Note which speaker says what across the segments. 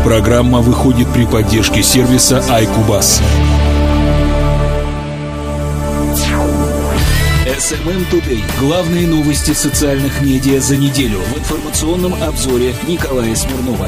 Speaker 1: Программа выходит при поддержке сервиса iCubus. SMM Today. Главные новости социальных медиа за неделю в информационном обзоре Николая Смирнова.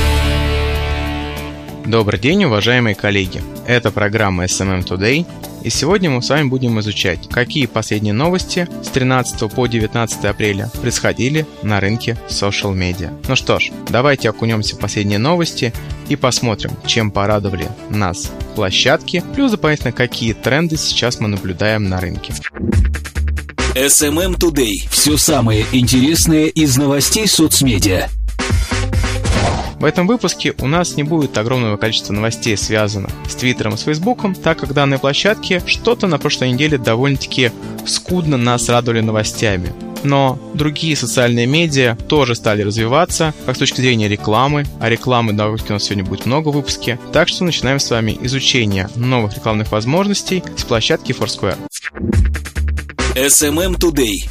Speaker 2: Добрый день, уважаемые коллеги. Это программа SMM Today. И сегодня мы с вами будем изучать, какие последние новости с 13 по 19 апреля происходили на рынке social media. Ну что ж, давайте окунемся в последние новости и посмотрим, чем порадовали нас площадки, плюс дополнительно, какие тренды сейчас мы наблюдаем на рынке.
Speaker 1: SMM Today. Все самое интересное из новостей соцмедиа.
Speaker 2: В этом выпуске у нас не будет огромного количества новостей, связанных с Твиттером и с Фейсбуком, так как данные площадки что-то на прошлой неделе довольно-таки скудно нас радовали новостями. Но другие социальные медиа тоже стали развиваться, как с точки зрения рекламы, а рекламы довольно-таки у нас сегодня будет много в выпуске. Так что начинаем с вами изучение новых рекламных возможностей с площадки Foursquare.
Speaker 1: SMM Today.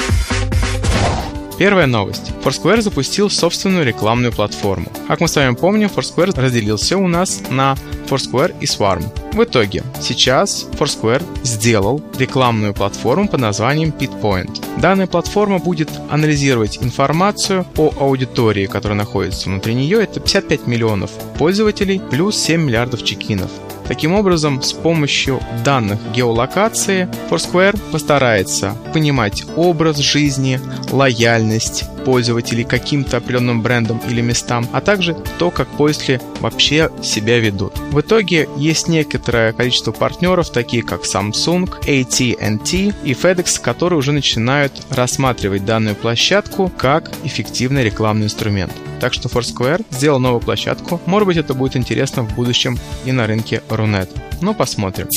Speaker 2: Первая новость. Foursquare запустил собственную рекламную платформу. Как мы с вами помним, Foursquare разделился у нас на Foursquare и Swarm. В итоге, сейчас Foursquare сделал рекламную платформу под названием Pitpoint. Данная платформа будет анализировать информацию о аудитории, которая находится внутри нее. Это 55 миллионов пользователей плюс 7 миллиардов чекинов. Таким образом, с помощью данных геолокации Foursquare постарается понимать образ жизни, лояльность пользователей к каким-то определенным брендам или местам, а также то, как пользователи вообще себя ведут. В итоге есть некоторое количество партнеров, такие как Samsung, AT&T и FedEx, которые уже начинают рассматривать данную площадку как эффективный рекламный инструмент. Так что Foursquare сделал новую площадку. Может быть, это будет интересно в будущем и на рынке Рунет. Но посмотрим.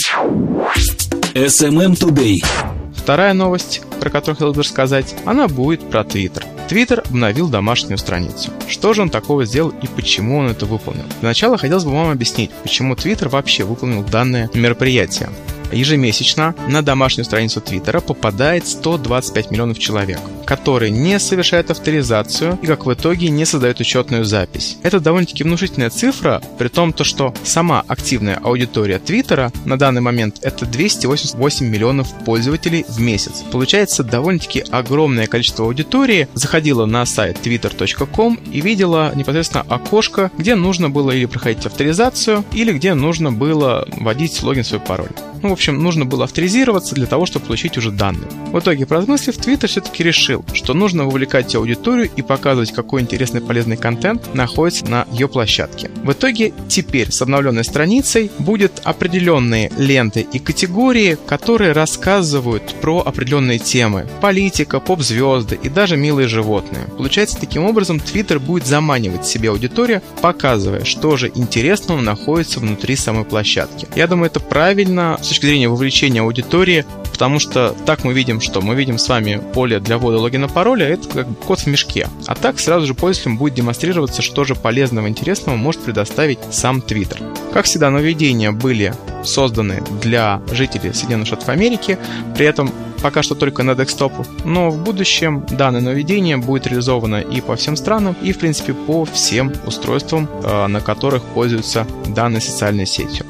Speaker 1: SMM Today.
Speaker 2: Вторая новость, про которую хотел бы рассказать, она будет про Twitter. Twitter обновил домашнюю страницу. Что же он такого сделал и почему он это выполнил? Для начала хотелось бы вам объяснить, почему Twitter вообще выполнил данное мероприятие. Ежемесячно на домашнюю страницу Твиттера попадает 125 миллионов человек, которые не совершают авторизацию и, как в итоге, не создают учетную запись. Это довольно-таки внушительная цифра, при том, что сама активная аудитория Твиттера на данный момент это 288 миллионов пользователей в месяц. Получается, довольно-таки огромное количество аудитории заходило на сайт twitter.com и видела непосредственно окошко, где нужно было или проходить авторизацию, или где нужно было вводить логин, свой пароль. В общем, нужно было авторизироваться для того, чтобы получить уже данные. В итоге, поразмыслив, Twitter все-таки решил, что нужно вовлекать аудиторию и показывать, какой интересный полезный контент находится на ее площадке. В итоге, теперь с обновленной страницей будут определенные ленты и категории, которые рассказывают про определенные темы. Политика, поп-звезды и даже милые животные. Получается, таким образом, Twitter будет заманивать себе аудиторию, показывая, что же интересного находится внутри самой площадки. Я думаю, это правильно с точки зрения вовлечения аудитории, потому что так мы видим, что мы видим с вами поле для ввода логина пароля, это как кот в мешке. А так сразу же пользователям будет демонстрироваться, что же полезного и интересного может предоставить сам Twitter. Как всегда, нововведения были созданы для жителей Соединенных Штатов Америки, при этом пока что только на десктопу, но в будущем данное нововведение будет реализовано и по всем странам, и в принципе по всем устройствам, на которых пользуются данной социальной сетью.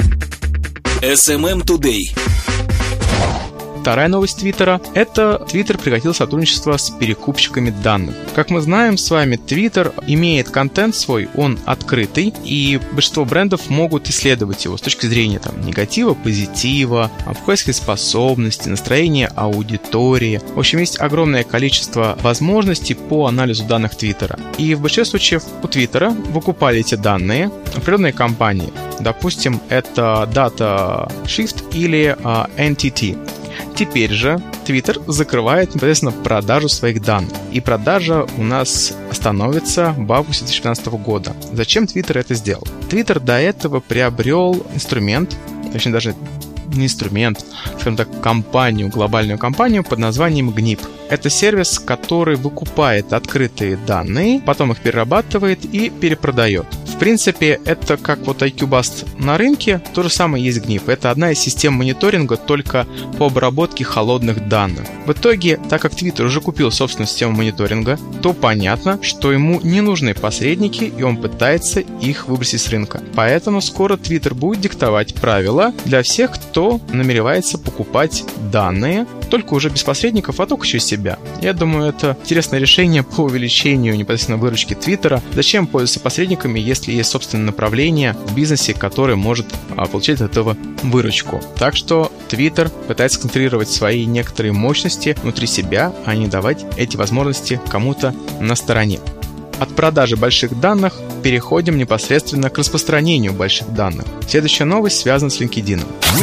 Speaker 1: SMM Today.
Speaker 2: Вторая новость Твиттера – это Twitter прекратил сотрудничество с перекупщиками данных. Как мы знаем с вами, Twitter имеет контент свой, он открытый, и большинство брендов могут исследовать его с точки зрения негатива, позитива, поисковой способности, настроения аудитории. В общем, есть огромное количество возможностей по анализу данных Твиттера. И в большинстве случаев у Твиттера выкупали эти данные определенные компании. Допустим, это DataShift или NTT. Теперь же Twitter закрывает непосредственно продажу своих данных. И продажа у нас остановится в августе 2015 года. Зачем Twitter это сделал? Twitter до этого приобрел инструмент, точнее даже не инструмент, скажем так, компанию, глобальную компанию под названием GNIP. Это сервис, который выкупает открытые данные, потом их перерабатывает и перепродает. В В принципе, это как вот IQ-Bust на рынке, то же самое есть GNIP. Это одна из систем мониторинга только по обработке холодных данных. В итоге, так как Twitter уже купил собственную систему мониторинга, то понятно, что ему не нужны посредники, и он пытается их выбросить с рынка. Поэтому скоро Twitter будет диктовать правила для всех, кто намеревается покупать данные, только уже без посредников, а только через себя. Я думаю, это интересное решение по увеличению непосредственно выручки Твиттера. Зачем пользоваться посредниками, если есть собственное направление в бизнесе, которое может получать от этого выручку? Так что Twitter пытается концентрировать свои некоторые мощности внутри себя, а не давать эти возможности кому-то на стороне. От продажи больших данных переходим непосредственно к распространению больших данных. Следующая новость связана с LinkedIn.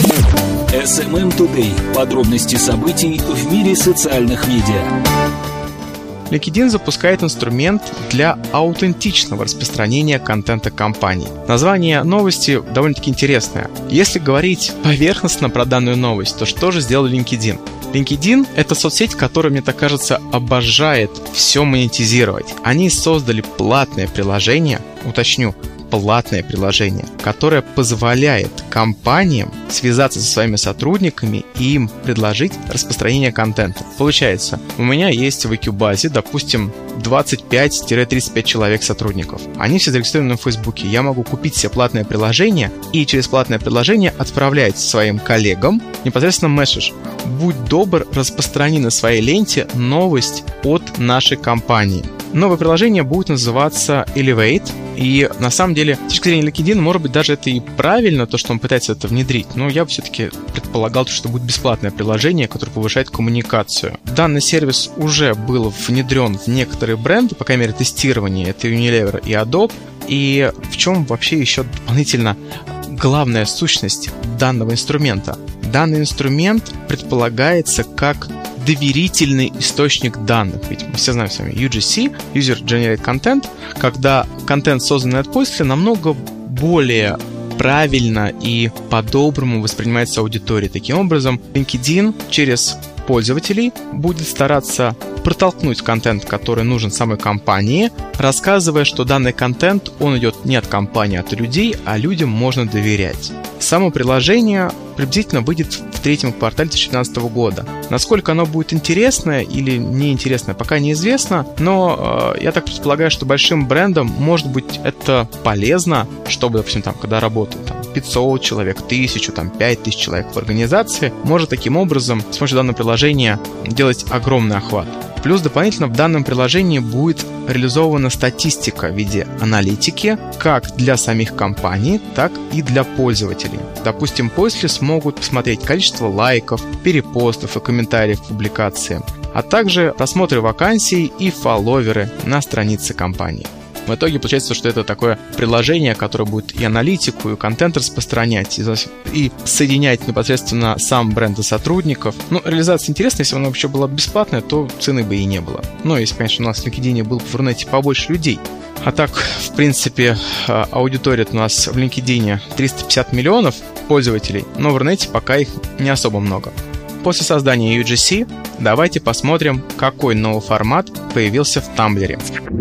Speaker 1: SMM Today. Подробности событий в мире социальных медиа.
Speaker 2: LinkedIn запускает инструмент для аутентичного распространения контента компаний. Название новости довольно-таки интересное. Если говорить поверхностно про данную новость, то что же сделал LinkedIn? LinkedIn — это соцсеть, которая, мне так кажется, обожает все монетизировать. Они создали платное приложение, уточню, платное приложение, которое позволяет компаниям связаться со своими сотрудниками и им предложить распространение контента. Получается, у меня есть в IQ-базе, допустим, 25-35 человек сотрудников. Они все зарегистрированы на Фейсбуке. Я могу купить себе платное приложение и через платное приложение отправлять своим коллегам непосредственно месседж. Будь добр, распространи на своей ленте новость от нашей компании. Новое приложение будет называться Elevate. И на самом деле, с точки зрения LinkedIn, может быть, даже это и правильно, то, что он пытается это внедрить. Но я бы все-таки предполагал, что будет бесплатное приложение, которое повышает коммуникацию. Данный сервис уже был внедрен в некоторые бренды, по крайней мере, тестирование. Это Unilever и Adobe. И в чем вообще еще дополнительно главная сущность данного инструмента? Данный инструмент предполагается как доверительный источник данных. Ведь мы все знаем с вами UGC, User Generated Content, когда контент, созданный от пользователя, намного более правильно и по-доброму воспринимается аудиторией. Таким образом, LinkedIn через пользователей будет стараться протолкнуть контент, который нужен самой компании, рассказывая, что данный контент, он идет не от компании, а от людей, а людям можно доверять. Само приложение приблизительно выйдет в третьем квартале 2015 года. Насколько оно будет интересное или неинтересное, пока неизвестно, но я так предполагаю, что большим брендам, может быть, это полезно, чтобы, допустим, там, когда работают 500 человек, 1000, 5000 человек в организации, может таким образом с помощью данного приложения делать огромный охват. Плюс дополнительно в данном приложении будет реализована статистика в виде аналитики как для самих компаний, так и для пользователей. Допустим, пользователи смогут посмотреть количество лайков, перепостов и комментариев к публикации, а также просмотры вакансий и фолловеры на странице компании. В итоге получается, что это такое приложение, которое будет и аналитику, и контент распространять, и соединять непосредственно сам бренд и сотрудников. Реализация интересная, если бы она вообще была бесплатная, то цены бы и не было. Если, конечно, у нас в LinkedIn был в Рунете побольше людей. А так, в принципе, аудитория у нас в LinkedIn 350 миллионов пользователей, но в Рунете пока их не особо много. После создания UGC давайте посмотрим, какой новый формат появился в Tumblr.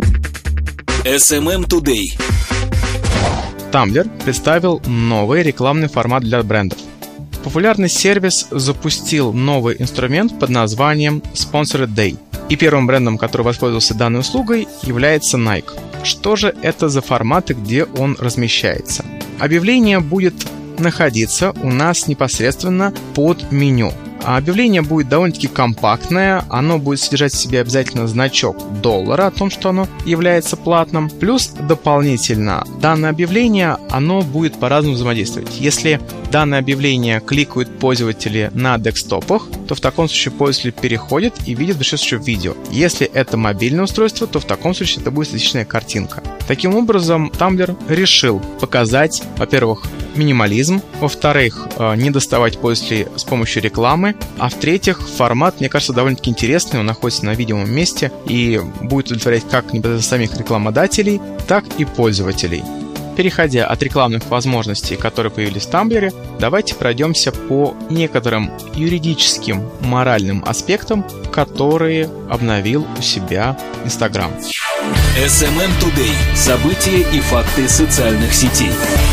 Speaker 1: SMM Today.
Speaker 2: Tumblr представил новый рекламный формат для брендов. Популярный сервис запустил новый инструмент под названием Sponsored Day. И первым брендом, который воспользовался данной услугой, является Nike. Что же это за форматы, где он размещается? Объявление будет находиться у нас непосредственно под меню. А объявление будет довольно-таки компактное, оно будет содержать в себе обязательно значок $, о том, что оно является платным. Плюс дополнительно данное объявление, оно будет по-разному взаимодействовать. Если данное объявление кликают пользователи на десктопах, то в таком случае пользователи переходят и видят большинство видео. Если это мобильное устройство, то в таком случае это будет статичная картинка. Таким образом, Tumblr решил показать, во-первых, минимализм, во-вторых, не доставать пользователей с помощью рекламы, а в-третьих, формат, мне кажется, довольно-таки интересный, он находится на видимом месте и будет удовлетворять как непосредственно самих рекламодателей, так и пользователей. Переходя от рекламных возможностей, которые появились в Tumblr, давайте пройдемся по некоторым юридическим, моральным аспектам, которые обновил у себя Instagram.
Speaker 1: SMM Today. События и факты социальных сетей.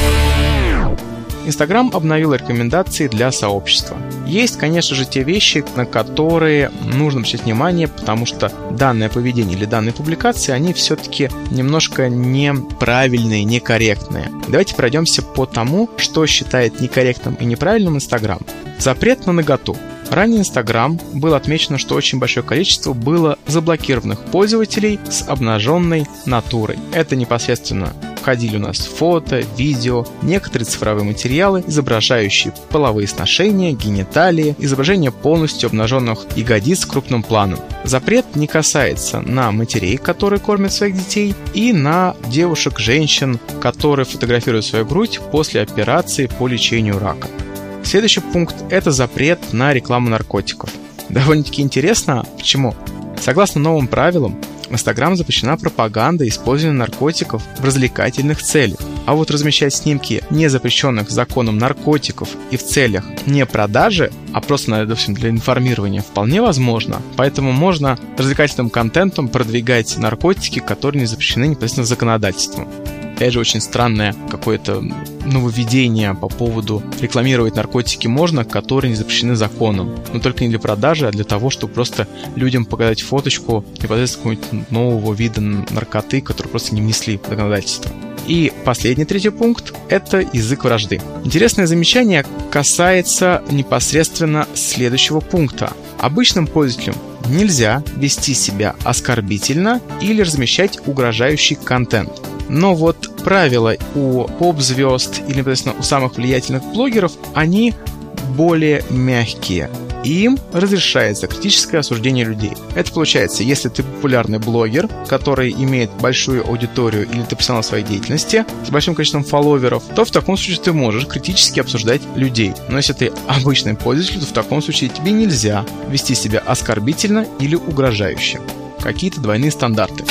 Speaker 2: Instagram обновил рекомендации для сообщества. Есть, конечно же, те вещи, на которые нужно обращать внимание, потому что данное поведение или данные публикации, они все-таки немножко неправильные, некорректные. Давайте пройдемся по тому, что считает некорректным и неправильным Instagram. Запрет на наготу. Ранее Instagram было отмечено, что очень большое количество было заблокированных пользователей с обнаженной натурой. Это непосредственно входили у нас фото, видео, некоторые цифровые материалы, изображающие половые сношения, гениталии, изображение полностью обнаженных ягодиц крупным планом. Запрет не касается на матерей, которые кормят своих детей, и на девушек, женщин, которые фотографируют свою грудь после операции по лечению рака. Следующий пункт – это запрет на рекламу наркотиков. Довольно-таки интересно, почему? Согласно новым правилам, в Instagram запрещена пропаганда использования наркотиков в развлекательных целях. А вот размещать снимки незапрещенных законом наркотиков и в целях не продажи, а просто, допустим, для информирования вполне возможно. Поэтому можно развлекательным контентом продвигать наркотики, которые не запрещены непосредственно законодательством. Опять же, очень странное какое-то нововведение по поводу рекламировать наркотики можно, которые не запрещены законом. Но только не для продажи, а для того, чтобы просто людям показать фоточку непосредственно какого-нибудь нового вида наркоты, который просто не внесли в законодательство. И последний, третий пункт – это язык вражды. Интересное замечание касается непосредственно следующего пункта. Обычным пользователям нельзя вести себя оскорбительно или размещать угрожающий контент. Но вот правила у поп-звезд или, непосредственно, у самых влиятельных блогеров, они более мягкие. Им разрешается критическое осуждение людей. Это получается, если ты популярный блогер, который имеет большую аудиторию, или ты профессионал своей деятельности с большим количеством фолловеров, то в таком случае ты можешь критически обсуждать людей. Но если ты обычный пользователь, то в таком случае тебе нельзя вести себя оскорбительно или угрожающе. Какие-то двойные стандарты.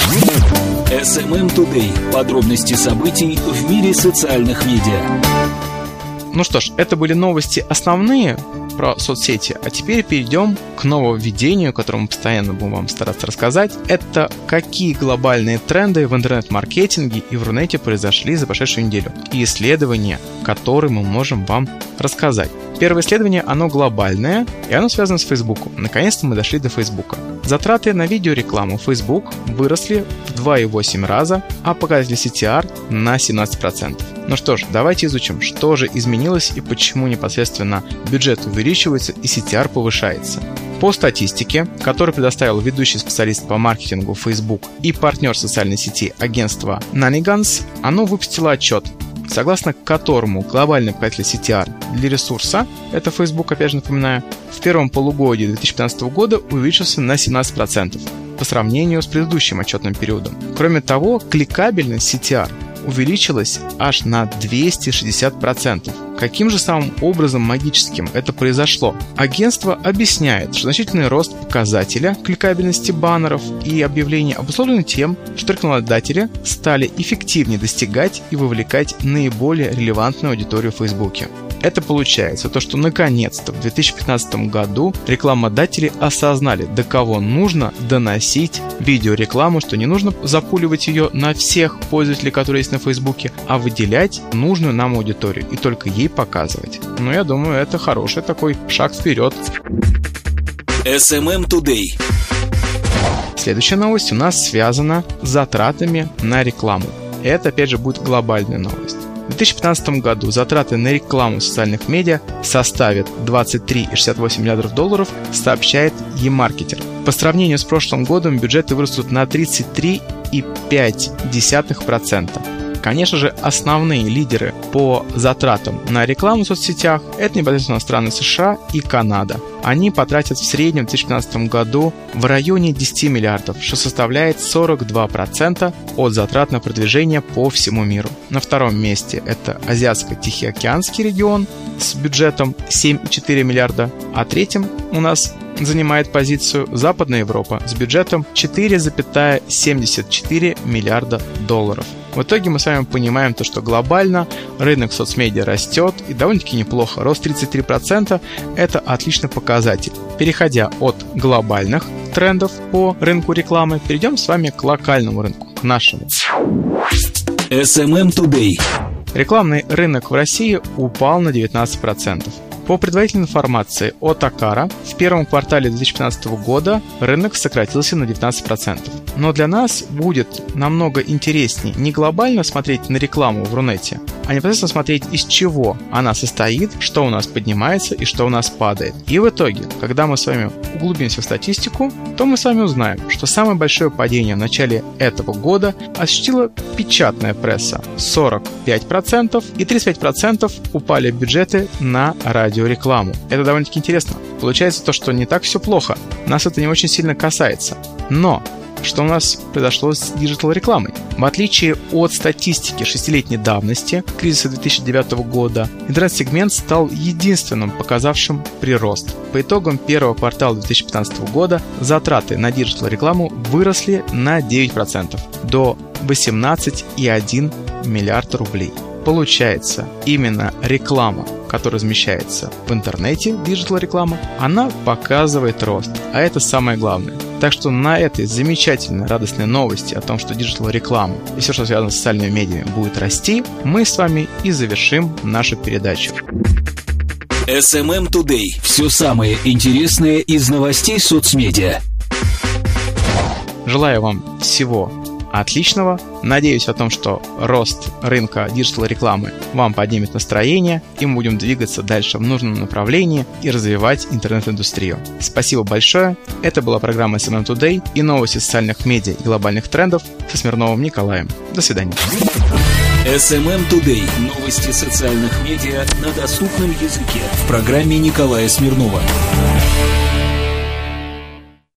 Speaker 1: SMM Today. Подробности событий в мире социальных медиа.
Speaker 2: Ну что ж, это были новости основные про соцсети, а теперь перейдем к нововведению, которое мы постоянно будем вам стараться рассказать. Это какие глобальные тренды в интернет-маркетинге и в Рунете произошли за прошедшую неделю. И исследования, которые мы можем вам рассказать. Первое исследование, оно глобальное, и оно связано с Facebook. Наконец-то мы дошли до Facebook. Затраты на видеорекламу Facebook выросли в 2,8 раза, а показатель CTR на 17%. Ну что ж, давайте изучим, что же изменилось и почему непосредственно бюджет увеличивается и CTR повышается. По статистике, которую предоставил ведущий специалист по маркетингу Facebook и партнер социальной сети агентства Nanigans, оно выпустило отчет, согласно которому глобальный показатель CTR для ресурса, это Facebook, опять же напоминаю, в первом полугодии 2015 года увеличился на 17% по сравнению с предыдущим отчетным периодом. Кроме того, кликабельность CTR увеличилась аж на 260%. Каким же самым образом магическим это произошло? Агентство объясняет, что значительный рост показателя кликабельности баннеров и объявлений обусловлен тем, что рекламодатели стали эффективнее достигать и вовлекать наиболее релевантную аудиторию в Фейсбуке. Это получается то, что наконец-то в 2015 году рекламодатели осознали, до кого нужно доносить видеорекламу, что не нужно запуливать ее на всех пользователей, которые есть на Фейсбуке, а выделять нужную нам аудиторию и только ей показывать. Но я думаю, это хороший такой шаг вперед.
Speaker 1: SMM Today.
Speaker 2: Следующая новость у нас связана с затратами на рекламу. Это, опять же, будет глобальная новость. В 2015 году затраты на рекламу в социальных медиа составят $23,68 миллиардов, сообщает eMarketer. По сравнению с прошлым годом бюджеты вырастут на 33,5%. Конечно же, основные лидеры по затратам на рекламу в соцсетях – это непосредственно страны США и Канада. Они потратят в среднем в 2015 году в районе 10 миллиардов, что составляет 42% от затрат на продвижение по всему миру. На втором месте это Азиатско-Тихоокеанский регион с бюджетом 7,4 миллиарда, а третьим у нас занимает позицию Западная Европа с бюджетом 4,74 миллиарда долларов. В итоге мы с вами понимаем то, что глобально рынок соцмедиа растет и довольно-таки неплохо. Рост 33% – это отличный показатель. Переходя от глобальных трендов по рынку рекламы, перейдем с вами к локальному рынку. к нашему.
Speaker 1: SMM Today.
Speaker 2: Рекламный рынок в России упал на 19%. По предварительной информации от Акара, в первом квартале 2015 года рынок сократился на 19%. Но для нас будет намного интереснее не глобально смотреть на рекламу в Рунете, а непосредственно смотреть, из чего она состоит, что у нас поднимается и что у нас падает. И в итоге, когда мы с вами углубимся в статистику, то мы с вами узнаем, что самое большое падение в начале этого года осуществила печатная пресса – 45%, и 35% упали бюджеты на радиорекламу. Это довольно-таки интересно. Получается то, что не так все плохо. Нас это не очень сильно касается. Но что у нас произошло с диджитал-рекламой? В отличие от статистики 6-летней давности, кризиса 2009 года, интернет-сегмент стал единственным показавшим прирост. По итогам первого квартала 2015 года затраты на диджитал-рекламу выросли на 9% до 18,1 миллиарда рублей. Получается, именно реклама, которая размещается в интернете, диджитал-реклама, она показывает рост, а это самое главное. Так что на этой замечательной, радостной новости о том, что диджитал-реклама и все, что связано с социальными медиами, будет расти, мы с вами и завершим нашу передачу.
Speaker 1: SMM Today. Все самое интересное из новостей соцмедиа.
Speaker 2: Желаю вам всего отличного. Надеюсь о том, что рост рынка диджитал-рекламы вам поднимет настроение, и мы будем двигаться дальше в нужном направлении и развивать интернет-индустрию. Спасибо большое. Это была программа SMM Today и новости социальных медиа и глобальных трендов со Смирновым Николаем. До свидания.
Speaker 1: SMM Today. Новости социальных медиа на доступном языке в программе Николая Смирнова.